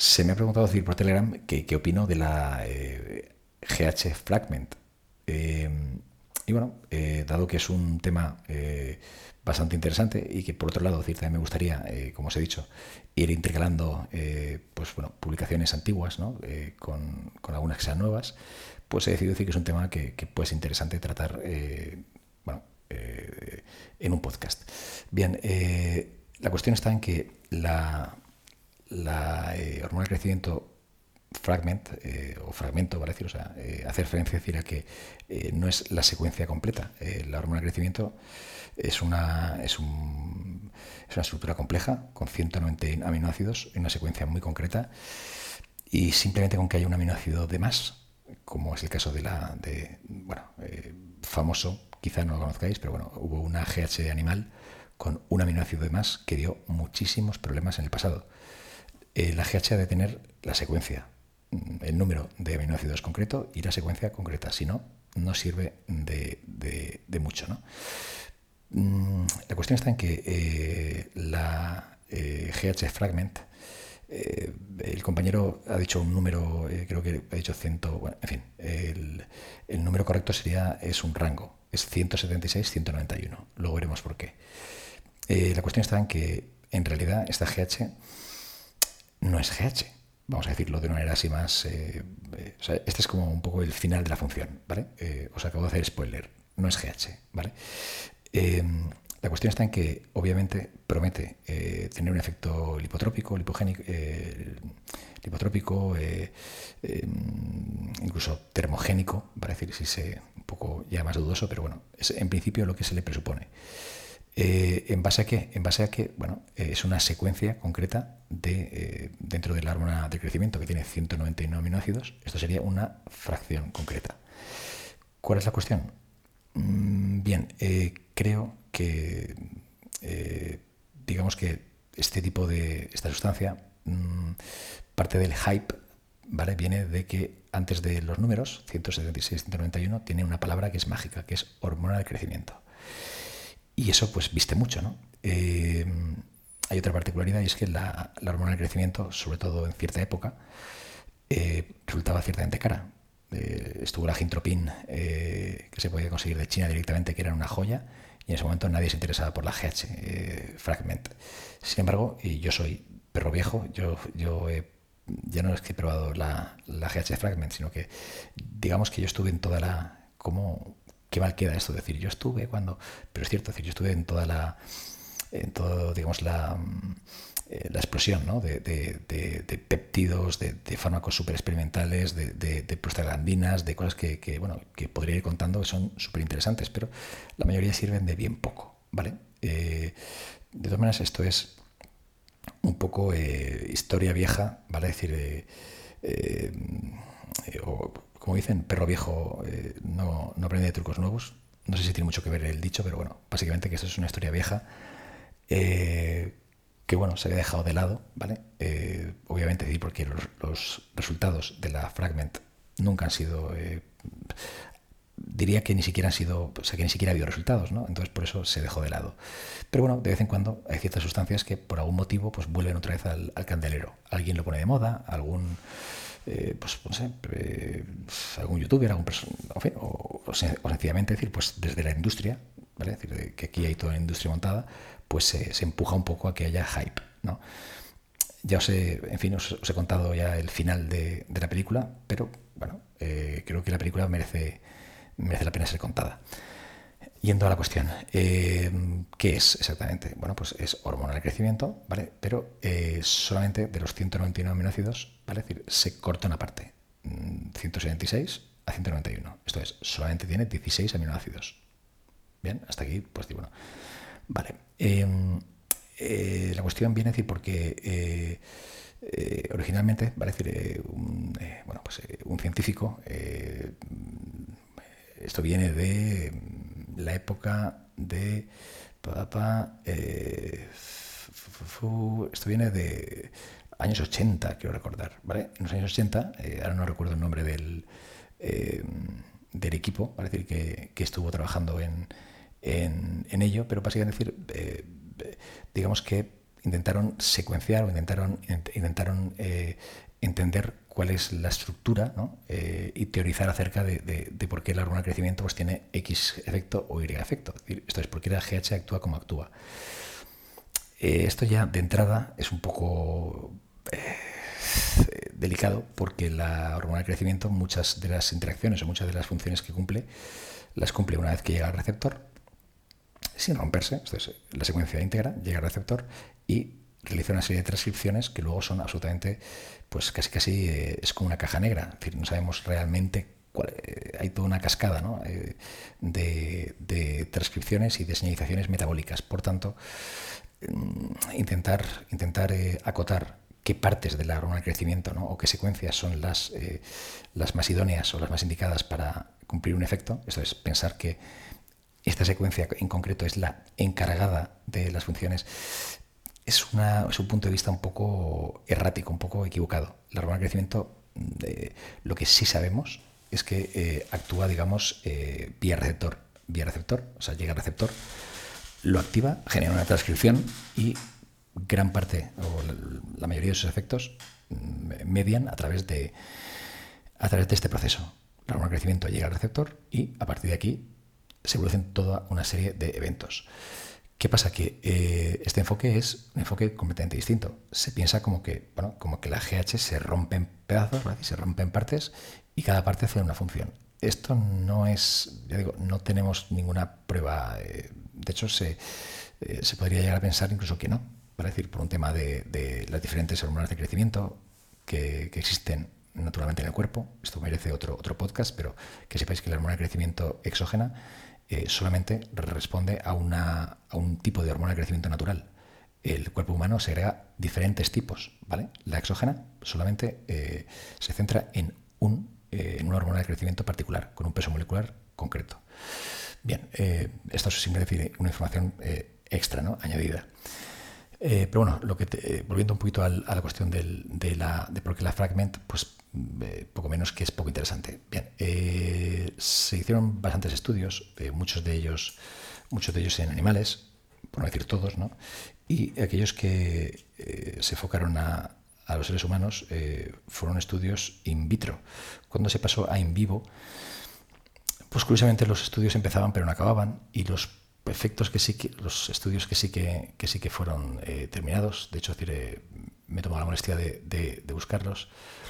se me ha preguntado decir por Telegram qué opino de la GH Fragment. Eh, y bueno, dado que es un tema bastante interesante y que por otro lado decir, también me gustaría, como os he dicho, ir intercalando pues bueno, publicaciones antiguas, ¿no? Con algunas que sean nuevas, pues he decidido decir que es un tema que puede ser interesante tratar bueno, en un podcast. Bien, la cuestión está en que la hormona de crecimiento fragment o fragmento, ¿vale? Decir, o sea, hacer referencia decir, a que no es la secuencia completa. La hormona de crecimiento es una estructura compleja con 190 aminoácidos en una secuencia muy concreta, y simplemente con que haya un aminoácido de más, como es el caso famoso, quizá no lo conozcáis, pero bueno, hubo una GH animal con un aminoácido de más que dio muchísimos problemas en el pasado. La GH ha de tener la secuencia, el número de aminoácidos concreto y la secuencia concreta, si no, no sirve de mucho, ¿no? La cuestión está en que la GH fragment, el compañero ha dicho un número, creo que ha dicho 100, bueno, en fin, el número correcto es un rango, es 176-191, luego veremos por qué. La cuestión está en que en realidad esta GH no es GH, vamos a decirlo de una manera así más... o sea, este es como un poco el final de la función, ¿vale? Os acabo de hacer spoiler, no es GH, ¿vale? La cuestión está en que obviamente promete tener un efecto lipotrópico, lipotrópico, incluso termogénico, para decir si es un poco ya más dudoso, pero bueno, es en principio lo que se le presupone. ¿En base a qué? En base a que, bueno, es una secuencia concreta dentro de la hormona de crecimiento que tiene 191 aminoácidos. Esto sería una fracción concreta. ¿Cuál es la cuestión? Bien, creo que digamos que esta sustancia, parte del hype, ¿vale? Viene de que antes de los números 176-191 tiene una palabra que es mágica, que es hormona de crecimiento. Y eso pues viste mucho, ¿no? Hay otra particularidad, y es que la hormona del crecimiento, sobre todo en cierta época, resultaba ciertamente cara. Estuvo la Gintropin, que se podía conseguir de China directamente, que era una joya, y en ese momento nadie se interesaba por la GH Fragment. Sin embargo, y yo soy perro viejo, yo ya no es que he probado la GH Fragment, sino que digamos que yo estuve en toda la... Qué mal queda esto, decir, yo estuve cuando... Pero es cierto, decir, yo estuve en todo, digamos, la explosión, ¿no? de péptidos, de fármacos súper experimentales, de prostaglandinas, de cosas bueno, que podría ir contando, que son súper interesantes, pero la mayoría sirven de bien poco, ¿vale? De todas maneras, esto es un poco historia vieja, ¿vale? Es decir, o como dicen, perro viejo no aprende de trucos nuevos. No sé si tiene mucho que ver el dicho, pero bueno, básicamente que esto es una historia vieja que bueno, se había dejado de lado, ¿vale? Obviamente, porque los resultados de la Fragment nunca han sido... diría que ni siquiera han sido, o sea, que ni siquiera ha habido resultados, ¿no? Entonces por eso se dejó de lado. Pero bueno, de vez en cuando hay ciertas sustancias que por algún motivo pues vuelven otra vez al candelero. Alguien lo pone de moda, pues no sé, algún youtuber, en fin, o sencillamente decir, pues desde la industria, ¿vale? Es decir, que aquí hay toda la industria montada, pues se empuja un poco a que haya hype, ¿no? Ya os he contado ya el final de la película, pero bueno, creo que la película merece la pena ser contada. Yendo a la cuestión, ¿qué es exactamente? Bueno, pues es hormona de crecimiento, ¿vale? Pero solamente de los 191 aminoácidos, ¿vale? Es decir, se corta una parte, 176 a 191. Esto es, solamente tiene 16 aminoácidos. Bien, hasta aquí, pues bueno, vale. La cuestión viene a decir porque originalmente, ¿vale? Es decir, un científico, esto viene de la época de... esto viene de años 80, quiero recordar, ¿vale? En los años 80, ahora no recuerdo el nombre del equipo, ¿vale? Decir, que estuvo trabajando en ello, pero básicamente decir, digamos que intentaron secuenciar o intentaron entender cuál es la estructura, ¿no? Y teorizar acerca de por qué el hormona de crecimiento pues, tiene X efecto o Y efecto. Esto es, por qué la GH actúa como actúa. Esto ya de entrada es un poco delicado porque la hormona de crecimiento, muchas de las interacciones o muchas de las funciones que cumple, las cumple una vez que llega al receptor, sin romperse. Entonces, la secuencia íntegra llega al receptor y realiza una serie de transcripciones que luego son absolutamente, pues casi es como una caja negra. Es decir, no sabemos realmente hay toda una cascada, ¿no? de transcripciones y de señalizaciones metabólicas. Por tanto, intentar acotar qué partes de la hormona de crecimiento, ¿no? O qué secuencias son las más idóneas o las más indicadas para cumplir un efecto. Esto es, pensar que esta secuencia en concreto es la encargada de las funciones. Es un punto de vista un poco errático, un poco equivocado. La hormona de crecimiento, lo que sí sabemos es que actúa, digamos, vía receptor, o sea, llega al receptor, lo activa, genera una transcripción y gran parte o la mayoría de sus efectos median a través de este proceso. La hormona de crecimiento llega al receptor y a partir de aquí se producen toda una serie de eventos. ¿Qué pasa? Que este enfoque es un enfoque completamente distinto. Se piensa como que la GH se rompe en pedazos, ¿vale? Y se rompe en partes y cada parte hace una función. Esto no es, ya digo, no tenemos ninguna prueba. De hecho, se podría llegar a pensar incluso que no. ¿Vale? Es decir, por un tema de las diferentes hormonas de crecimiento que existen naturalmente en el cuerpo. Esto merece otro podcast, pero que sepáis que la hormona de crecimiento exógena solamente responde a un tipo de hormona de crecimiento natural. El cuerpo humano segrega diferentes tipos, ¿vale? La exógena solamente se centra en una hormona de crecimiento particular, con un peso molecular concreto. Bien, esto es simplemente una información extra, ¿no? Añadida. Pero bueno, volviendo un poquito a la cuestión de por qué la Fragment, pues poco menos que es poco interesante. Bien, se hicieron bastantes estudios, muchos de ellos en animales, por no decir todos, ¿no? Y aquellos que se enfocaron a los seres humanos fueron estudios in vitro. Cuando se pasó a in vivo, pues curiosamente los estudios empezaban pero no acababan y los estudios que sí que fueron terminados, de hecho me he tomado la molestia de buscarlos,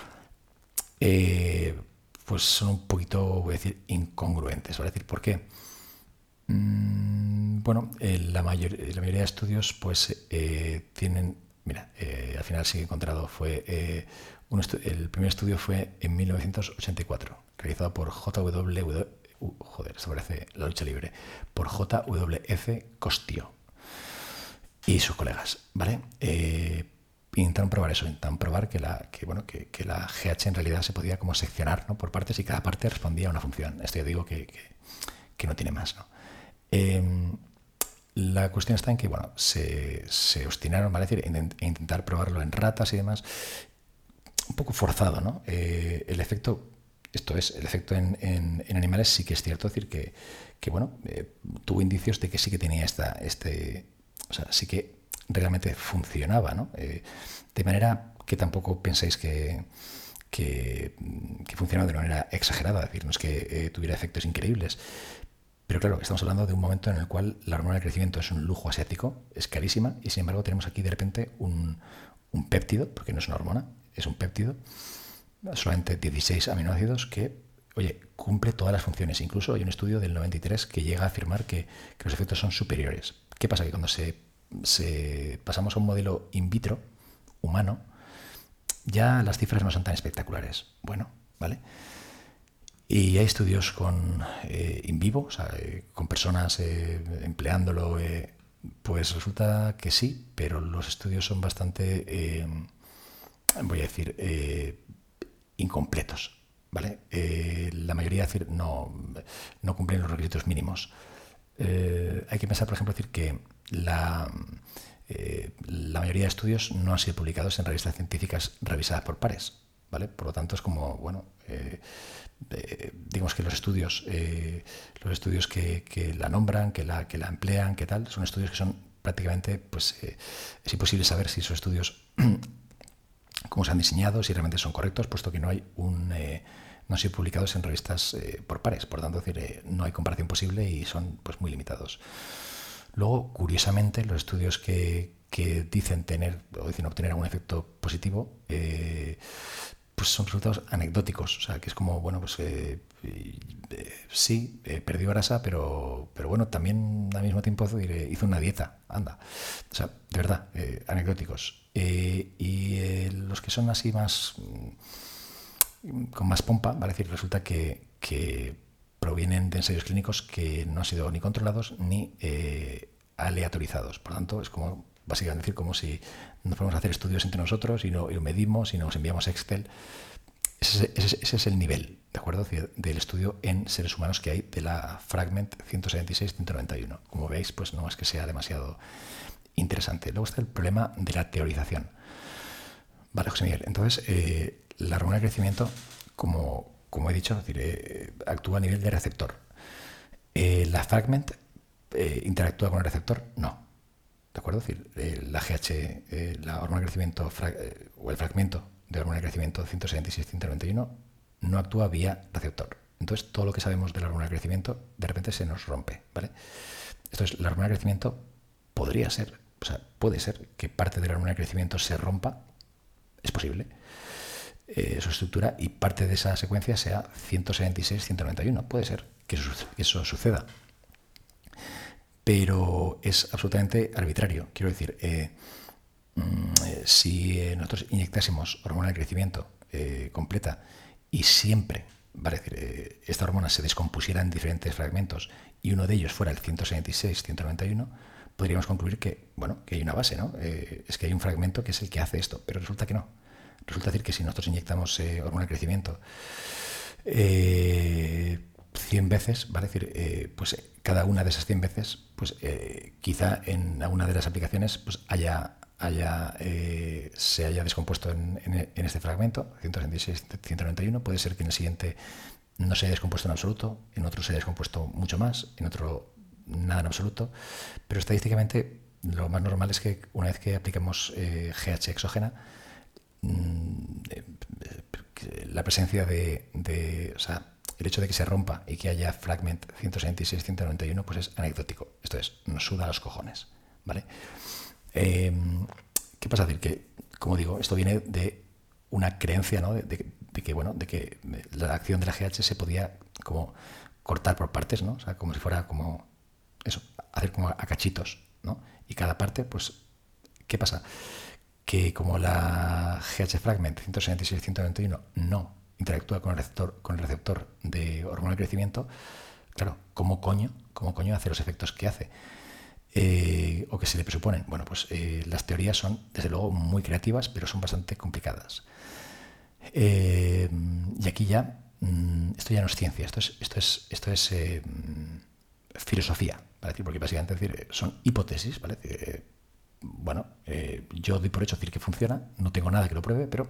pues son un poquito, voy a decir, incongruentes. ¿Vale? Decir, ¿por qué? Bueno, la mayoría de estudios pues tienen, mira, al final sí que he encontrado, el primer estudio fue en 1984, realizado por esto parece la lucha libre, por J.W.F. Costio y sus colegas, ¿vale? Intentaron probar eso, intentaron probar que la GH en realidad se podía como seccionar, ¿no? Por partes y cada parte respondía a una función. Esto yo digo que no tiene más, ¿no? La cuestión está en que, bueno, se obstinaron, ¿vale? Es decir, en intentar probarlo en ratas y demás, un poco forzado, ¿no? El efecto en animales sí que es cierto, es decir, que bueno, tuvo indicios de que sí que tenía o sea, sí que realmente funcionaba, ¿no? De manera que tampoco penséis que funcionaba de una manera exagerada, es decir, no es que tuviera efectos increíbles. Pero claro, estamos hablando de un momento en el cual la hormona de crecimiento es un lujo asiático, es carísima, y sin embargo tenemos aquí de repente un péptido, porque no es una hormona, es un péptido, solamente 16 aminoácidos que, oye, cumple todas las funciones. Incluso hay un estudio del 93 que llega a afirmar que los efectos son superiores. ¿Qué pasa? Que cuando pasamos a un modelo in vitro, humano, ya las cifras no son tan espectaculares. Bueno, ¿vale? Y hay estudios in vivo, o sea, con personas empleándolo, pues resulta que sí, pero los estudios son bastante, voy a decir, incompletos, ¿vale? La mayoría no cumplen los requisitos mínimos. Hay que pensar, por ejemplo, decir que la mayoría de estudios no han sido publicados en revistas científicas revisadas por pares, ¿vale? Por lo tanto, es como, bueno, digamos que los estudios que la nombran, que la emplean, que tal, son estudios que son prácticamente pues, es imposible saber si esos estudios cómo se han diseñado, si realmente son correctos, puesto que no han sido publicados en revistas por pares. Por tanto, no hay comparación posible y son pues, muy limitados. Luego, curiosamente, los estudios que dicen obtener algún efecto positivo, pues son resultados anecdóticos. O sea, que es como, bueno, pues sí, perdió grasa, pero bueno, también al mismo tiempo hizo una dieta, anda. O sea, de verdad, anecdóticos. Y los que son así más con más pompa, ¿vale? Es decir, resulta que provienen de ensayos clínicos que no han sido ni controlados ni aleatorizados. Por lo tanto, es como básicamente decir como si nos podemos hacer estudios entre nosotros y lo medimos y nos enviamos Excel. Ese es el nivel, ¿de acuerdo? Del estudio en seres humanos que hay de la Fragment 176-191. Como veis, pues no es que sea demasiado interesante. Luego está el problema de la teorización. Vale, José Miguel. Entonces, la hormona de crecimiento, como he dicho, actúa a nivel de receptor. La Fragment interactúa con el receptor, no. ¿De acuerdo? Es decir, la GH, la hormona de crecimiento o el fragmento de hormona de crecimiento 176-191 no actúa vía receptor. Entonces, todo lo que sabemos de la hormona de crecimiento de repente se nos rompe, ¿vale? Entonces, la hormona de crecimiento puede ser que parte de la hormona de crecimiento se rompa, es posible, su estructura, y parte de esa secuencia sea 176-191. Puede ser que eso suceda. Pero es absolutamente arbitrario. Quiero decir, si nosotros inyectásemos hormona de crecimiento completa y siempre, vale, es decir, esta hormona se descompusiera en diferentes fragmentos y uno de ellos fuera el 176-191, podríamos concluir que, bueno, que hay una base, ¿no? Es que hay un fragmento que es el que hace esto, pero resulta que no. Resulta decir que si nosotros inyectamos hormona de crecimiento 100 veces, ¿vale? Es decir, pues cada una de esas 100 veces, pues quizá en alguna de las aplicaciones pues se haya descompuesto en este fragmento, 176-191. Puede ser que en el siguiente no se haya descompuesto en absoluto, en otro se haya descompuesto mucho más, en otro nada en absoluto, pero estadísticamente lo más normal es que una vez que aplicamos GH exógena, la presencia o sea, el hecho de que se rompa y que haya fragment 176-191 pues es anecdótico. Esto es, nos suda los cojones, ¿vale? ¿Qué pasa? Decir que, como digo, esto viene de una creencia, ¿no? de que la acción de la GH se podía como cortar por partes, ¿no? O sea, como si fuera como eso, hacer como a cachitos, ¿no? Y cada parte, pues, ¿qué pasa? Que como la GH fragment 176-191 no interactúa con el receptor de hormona de crecimiento, claro, ¿cómo coño hace los efectos que hace? O que se le presuponen. Bueno, pues las teorías son, desde luego, muy creativas, pero son bastante complicadas. Y aquí ya, esto ya no es ciencia, esto es filosofía, ¿vale? Porque básicamente son hipótesis, ¿vale? Yo doy por hecho decir que funciona, no tengo nada que lo pruebe, pero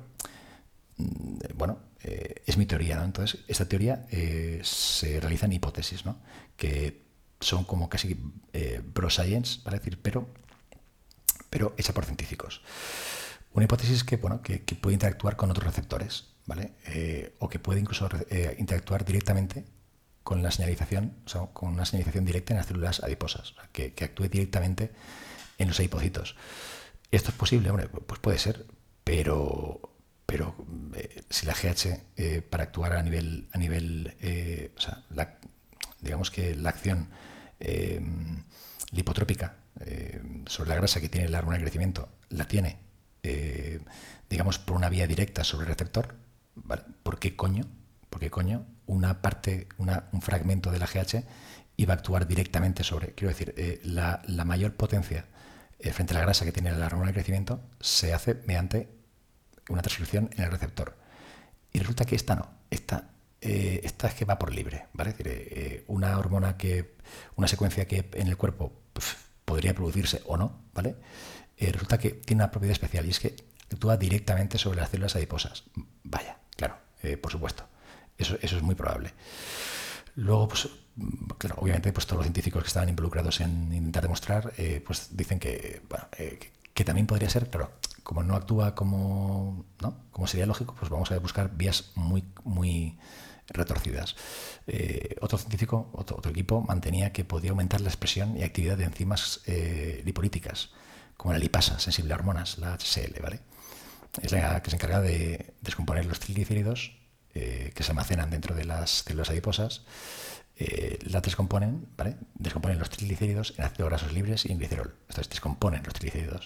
es mi teoría, ¿no? Entonces, esta teoría se realiza en hipótesis, ¿no? Que son como casi bro science, ¿vale? Decir, pero hecha por científicos. Una hipótesis que puede interactuar con otros receptores, ¿vale? O que puede incluso interactuar directamente con la señalización, o sea, con una señalización directa en las células adiposas, o sea, que actúe directamente en los adipocitos. ¿Esto es posible? Hombre, pues puede ser, pero si la GH para actuar a nivel o sea, digamos que la acción lipotrópica sobre la grasa que tiene la hormona de crecimiento la tiene, digamos, por una vía directa sobre el receptor, ¿vale? ¿Por qué coño un fragmento de la GH iba a actuar directamente sobre, quiero decir, la mayor potencia frente a la grasa que tiene la hormona de crecimiento se hace mediante una transcripción en el receptor? Y resulta que esta no, esta es que va por libre, ¿vale? Es decir, una secuencia que en el cuerpo podría producirse o no, ¿vale? Resulta que tiene una propiedad especial y es que actúa directamente sobre las células adiposas. Vaya, claro, por supuesto, eso es muy probable. Luego, pues, claro, obviamente, pues todos los científicos que estaban involucrados en intentar demostrar, pues dicen que, bueno, que también podría ser, pero como no actúa como, ¿no? Como sería lógico, pues vamos a buscar vías muy retorcidas. Otro científico, otro equipo, mantenía que podía aumentar la expresión y actividad de enzimas lipolíticas, como la lipasa, sensible a hormonas, la HCl, ¿vale? Es la que se encarga de descomponer los triglicéridos que se almacenan dentro de las células adiposas. La descomponen, ¿vale? Descomponen los triglicéridos en ácidos grasos libres y en glicerol. Entonces descomponen los triglicéridos.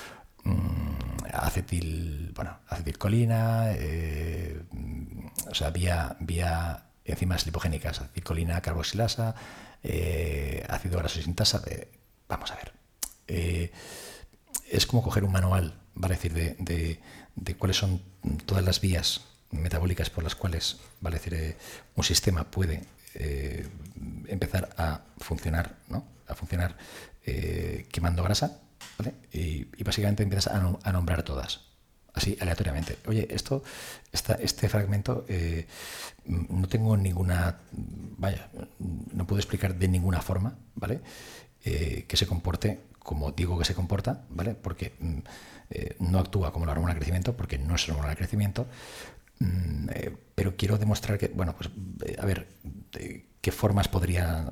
Acetilcolina, o sea, vía enzimas lipogénicas, acetilcolina, carboxilasa, ácido graso sintasa. Vamos a ver. Es como coger un manual, ¿vale? Es decir, de cuáles son todas las vías metabólicas por las cuales, ¿vale? Es decir, un sistema puede empezar a funcionar, ¿no? A funcionar quemando grasa, ¿vale? Y básicamente empiezas a nombrar todas, así aleatoriamente. Oye, este fragmento no tengo ninguna, vaya, no puedo explicar de ninguna forma, ¿vale? Que se comporte como digo que se comporta, ¿vale? Porque no actúa como la hormona de crecimiento, porque no es hormona de crecimiento, pero quiero demostrar que, bueno, pues a ver, qué formas podría,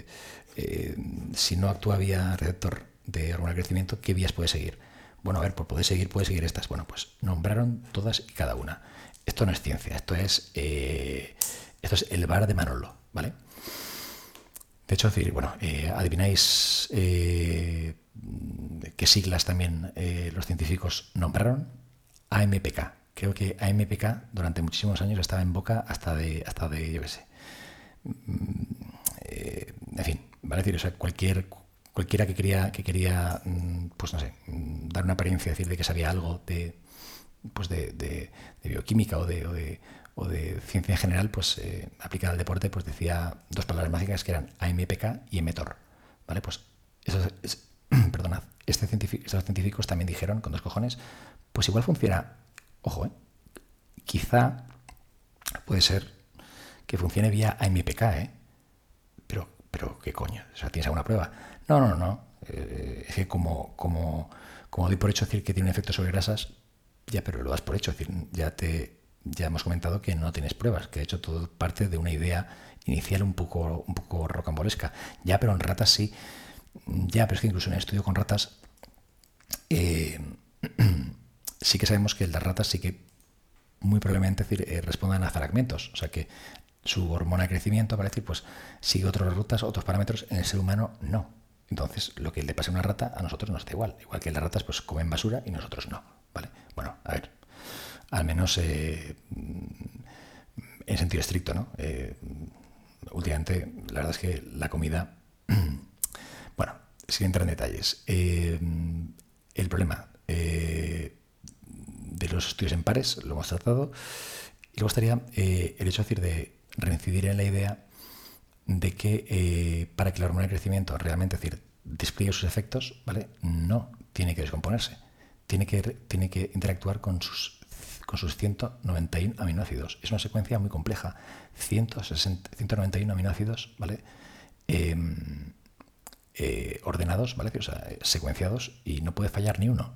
si no actúa vía receptor de hormona de crecimiento, qué vías puede seguir. Bueno, a ver, pues puede seguir estas. Bueno, pues nombraron todas y cada una. Esto no es ciencia, esto es el bar de Manolo, ¿vale? De hecho, bueno, adivináis qué siglas también los científicos nombraron. AMPK. Creo que AMPK durante muchísimos años estaba en boca hasta de yo qué sé. En fin, vale decir, o sea, cualquiera que quería, pues no sé, dar una apariencia, decir de que sabía algo de bioquímica o de ciencia en general, pues aplicada al deporte, pues decía dos palabras mágicas que eran AMPK y mTOR, ¿vale? Pues perdonad, estos científicos también dijeron, con dos cojones, pues igual funciona, ojo, quizá puede ser que funcione vía AMPK, pero ¿qué coño? O sea, ¿tienes alguna prueba? No. Es que como doy por hecho decir que tiene un efecto sobre grasas, ya, pero lo das por hecho, es decir, ya hemos comentado que no tienes pruebas, que de hecho todo parte de una idea inicial un poco rocambolesca. Ya, pero en ratas sí. Ya, pero es que incluso en el estudio con ratas sí que sabemos que las ratas sí que muy probablemente respondan a fragmentos. O sea que su hormona de crecimiento, para decir, pues sigue otras rutas, otros parámetros. En el ser humano no. Entonces, lo que le pasa a una rata a nosotros nos da igual. Igual que las ratas pues comen basura y nosotros no. ¿Vale? Bueno, a ver. Al menos en sentido estricto, ¿no? Últimamente, la verdad es que la comida... Bueno, sin entrar en detalles. El problema de los estudios en pares lo hemos tratado. Y luego estaría el hecho de reincidir en la idea de que para que la hormona de crecimiento realmente, despliegue sus efectos, ¿vale? No tiene que descomponerse. Tiene que interactuar con sus 191 aminoácidos. Es una secuencia muy compleja. 191 aminoácidos, ¿vale? Ordenados, ¿vale? O sea, secuenciados, y no puede fallar ni uno.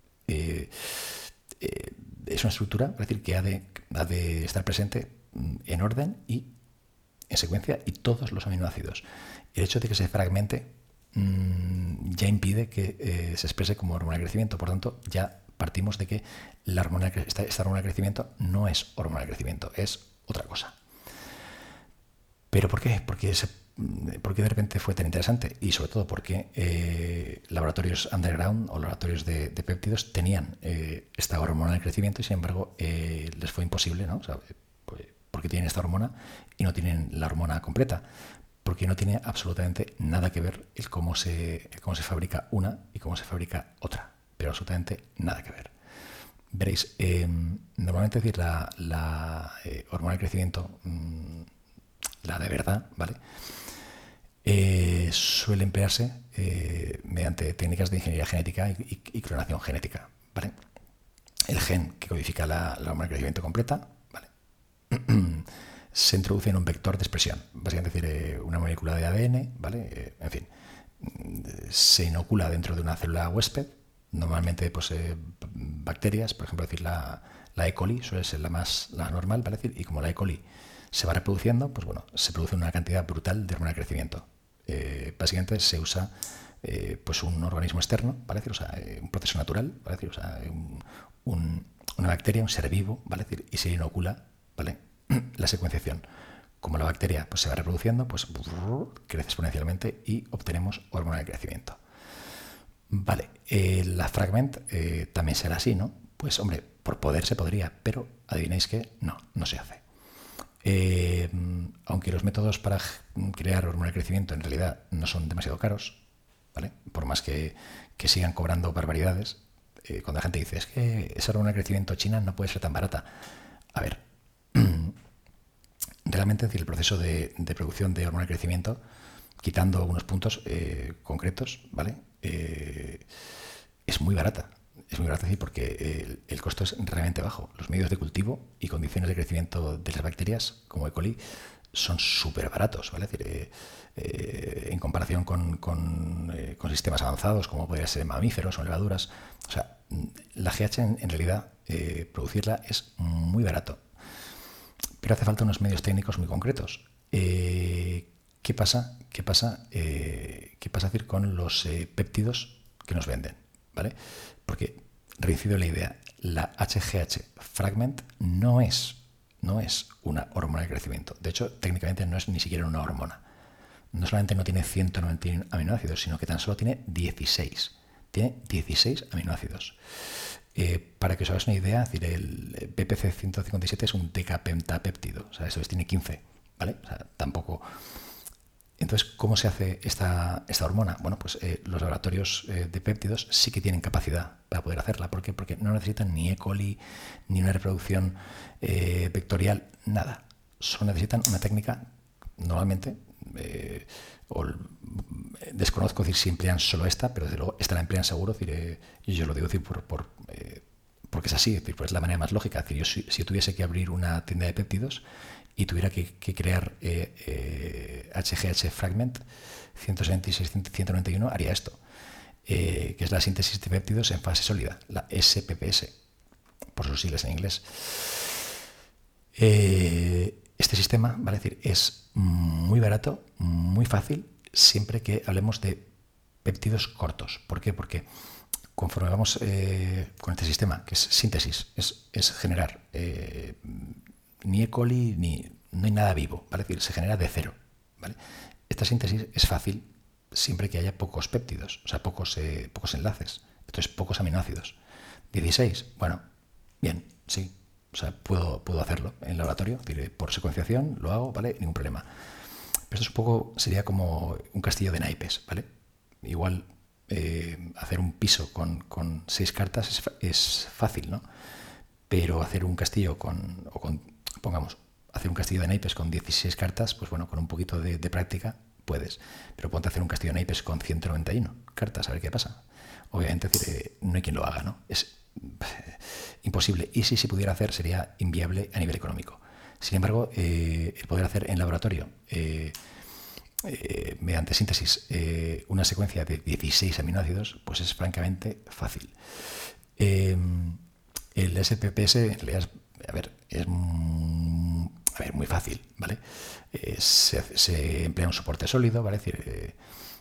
Es una estructura, es decir, que ha de estar presente en orden y en secuencia, y todos los aminoácidos. El hecho de que se fragmente ya impide que se exprese como hormona de crecimiento. Por tanto, ya partimos de que esta hormona de crecimiento no es hormona de crecimiento, es otra cosa. ¿Pero por qué? Porque de repente fue tan interesante, y sobre todo porque laboratorios underground o laboratorios de péptidos tenían esta hormona de crecimiento y sin embargo les fue imposible, ¿no? O sea, pues, porque tienen esta hormona y no tienen la hormona completa, porque no tiene absolutamente nada que ver el cómo se fabrica una y cómo se fabrica otra, pero absolutamente nada que ver. Veréis, normalmente decir la hormona de crecimiento, la de verdad, ¿vale? Suele emplearse mediante técnicas de ingeniería genética y clonación genética, ¿vale? El gen que codifica la hormona de crecimiento completa, ¿vale? se introduce en un vector de expresión, básicamente decir, una molécula de ADN, ¿vale? En fin, se inocula dentro de una célula huésped, normalmente pues, bacterias, por ejemplo, decir la E. coli suele ser la normal, ¿vale? Y como la E. coli se va reproduciendo, pues bueno, se produce una cantidad brutal de hormona de crecimiento. Básicamente se usa pues un organismo externo, ¿vale? O sea, un proceso natural, ¿vale? O sea, una bacteria, un ser vivo, ¿vale? Y se inocula, ¿vale? La secuenciación. Como la bacteria pues, se va reproduciendo, pues crece exponencialmente y obtenemos hormona de crecimiento. Vale, la fragment también será así, ¿no? Pues hombre, por poder se podría, pero adivináis que no se hace. Aunque los métodos para crear hormona de crecimiento en realidad no son demasiado caros, ¿vale? Por más que sigan cobrando barbaridades, cuando la gente dice, es que esa hormona de crecimiento china no puede ser tan barata. A ver, realmente es decir, el proceso de producción de hormona de crecimiento, quitando unos puntos concretos, ¿vale? Es muy barata. Es muy barata, porque el costo es realmente bajo. Los medios de cultivo y condiciones de crecimiento de las bacterias, como E. coli, son súper baratos, ¿vale? Es decir, en comparación con sistemas avanzados, como podrían ser mamíferos o levaduras. O sea, la GH en realidad, producirla es muy barato. Pero hace falta unos medios técnicos muy concretos. ¿Qué pasa? ¿Qué pasa decir, con los péptidos que nos venden? ¿Vale? Porque, reincido en la idea, la HGH fragment no es una hormona de crecimiento. De hecho, técnicamente no es ni siquiera una hormona. No solamente no tiene 191 aminoácidos, sino que tan solo tiene 16. Tiene 16 aminoácidos. Para que os hagáis una idea, es decir, el PPC 157 es un decapentapéptido, o sea, eso tiene 15, ¿vale? O sea, tampoco. Entonces, ¿cómo se hace esta hormona? Bueno, pues los laboratorios de péptidos sí que tienen capacidad para poder hacerla. ¿Por qué? Porque no necesitan ni E. coli, ni una reproducción vectorial, nada. Solo necesitan una técnica, normalmente, desconozco decir si emplean solo esta, pero desde luego esta la emplean seguro, decir, y yo lo digo decir porque es así, decir, pues es la manera más lógica. Decir, yo si tuviese que abrir una tienda de péptidos y tuviera que crear HGH fragment 176-191, haría esto, que es la síntesis de péptidos en fase sólida, la SPPS, por sus siglas en inglés. Este sistema, ¿vale? Es decir, es muy barato, muy fácil, siempre que hablemos de péptidos cortos. ¿Por qué? Porque conforme vamos con este sistema, que es síntesis, es generar ni E. coli, no hay nada vivo, ¿vale? Es decir, se genera de cero, ¿vale? Esta síntesis es fácil siempre que haya pocos péptidos, o sea, pocos enlaces, entonces pocos aminoácidos. 16, bueno, bien, sí, o sea, puedo hacerlo en el laboratorio, es decir, por secuenciación lo hago, ¿vale? Ningún problema. Pero esto es un poco, sería como un castillo de naipes, ¿vale? Igual hacer un piso con 6 cartas es fácil, ¿no? Pero hacer un castillo pongamos, hacer un castillo de naipes con 16 cartas, pues bueno, con un poquito de práctica puedes. Pero ponte a hacer un castillo de naipes con 191 cartas, a ver qué pasa. Obviamente, es decir, no hay quien lo haga, ¿no? Es imposible. Y si se pudiera hacer, sería inviable a nivel económico. Sin embargo, el poder hacer en laboratorio, mediante síntesis, una secuencia de 16 aminoácidos, pues es francamente fácil. El SPPS, en realidad, es muy fácil, ¿vale? Se emplea un soporte sólido, ¿vale? Es decir,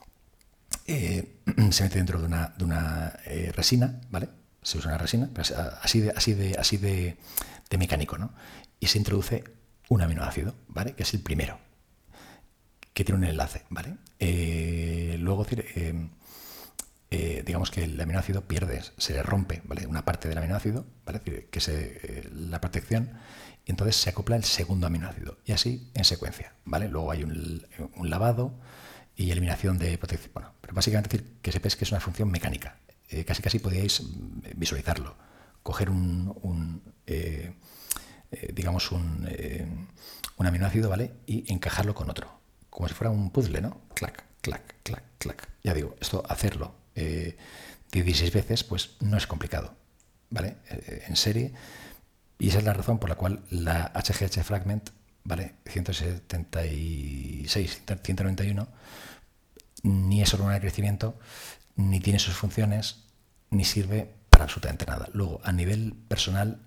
se mete dentro de una resina, ¿vale? Se usa una resina, pero así de mecánico, ¿no? Y se introduce un aminoácido, ¿vale? Que es el primero, que tiene un enlace, ¿vale? Luego, digamos que el aminoácido se le rompe, ¿vale? Una parte del aminoácido, ¿vale? Es decir, que es la protección, y entonces se acopla el segundo aminoácido, y así en secuencia, ¿vale? Luego hay un lavado y eliminación de protección. Bueno, pero básicamente decir que sepáis que es una función mecánica. Casi podíais visualizarlo. Coger digamos un aminoácido, ¿vale? Y encajarlo con otro, como si fuera un puzzle, ¿no? Clac, clac, clac, clac. Ya digo, esto hacerlo 16 veces, pues no es complicado, ¿vale? En serie. Y esa es la razón por la cual la HGH fragment ¿vale? 176, 191, ni es hormona de crecimiento, ni tiene sus funciones, ni sirve para absolutamente nada. Luego, a nivel personal,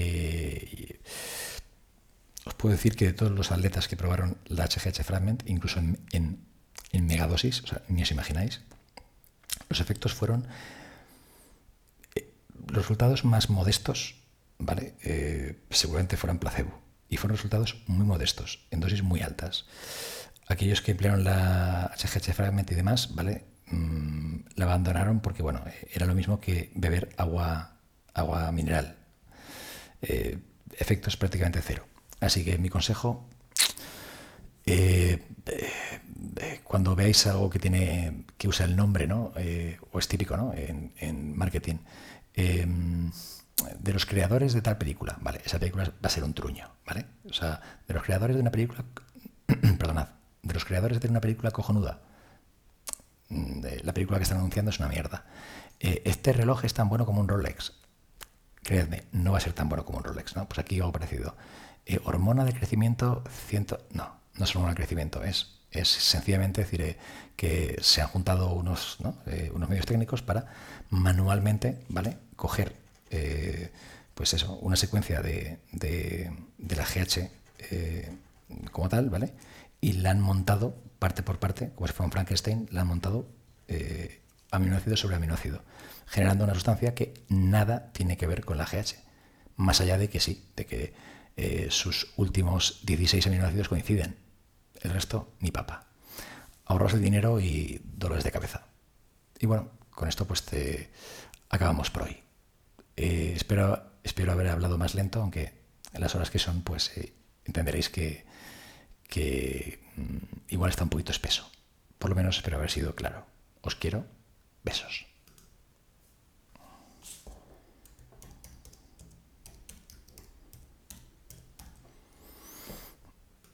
os puedo decir que de todos los atletas que probaron la HGH Fragment, incluso en megadosis, o sea, ni os imagináis, los efectos fueron los resultados más modestos, ¿vale? Seguramente fueran placebo, y fueron resultados muy modestos, en dosis muy altas. Aquellos que emplearon la HGH Fragment y demás, ¿vale? La abandonaron porque, bueno, era lo mismo que beber agua mineral. Efectos prácticamente cero. Así que mi consejo, cuando veáis algo que usa el nombre, ¿no? O es típico, ¿no? En marketing, de los creadores de tal película, ¿vale? Esa película va a ser un truño, ¿vale? O sea, de los creadores de una película, perdonad, de los creadores de una película cojonuda, la película que están anunciando es una mierda. Este reloj es tan bueno como un Rolex. Creedme, no va a ser tan bueno como un Rolex, ¿no? Pues aquí algo parecido. Hormona de crecimiento, no es hormona de crecimiento, es sencillamente decir que se han juntado unos medios técnicos para manualmente, ¿vale? Coger, pues eso, una secuencia de la GH como tal, ¿vale? Y la han montado parte por parte, como si fuera un Frankenstein, la han montado aminoácido sobre aminoácido, generando una sustancia que nada tiene que ver con la GH, más allá de que sí, de que sus últimos 16 aminoácidos coinciden. El resto, ni papa. Ahorros el dinero y dolores de cabeza. Y bueno, con esto pues acabamos por hoy. Espero haber hablado más lento, aunque en las horas que son, pues entenderéis que igual está un poquito espeso. Por lo menos espero haber sido claro. Os quiero. Besos.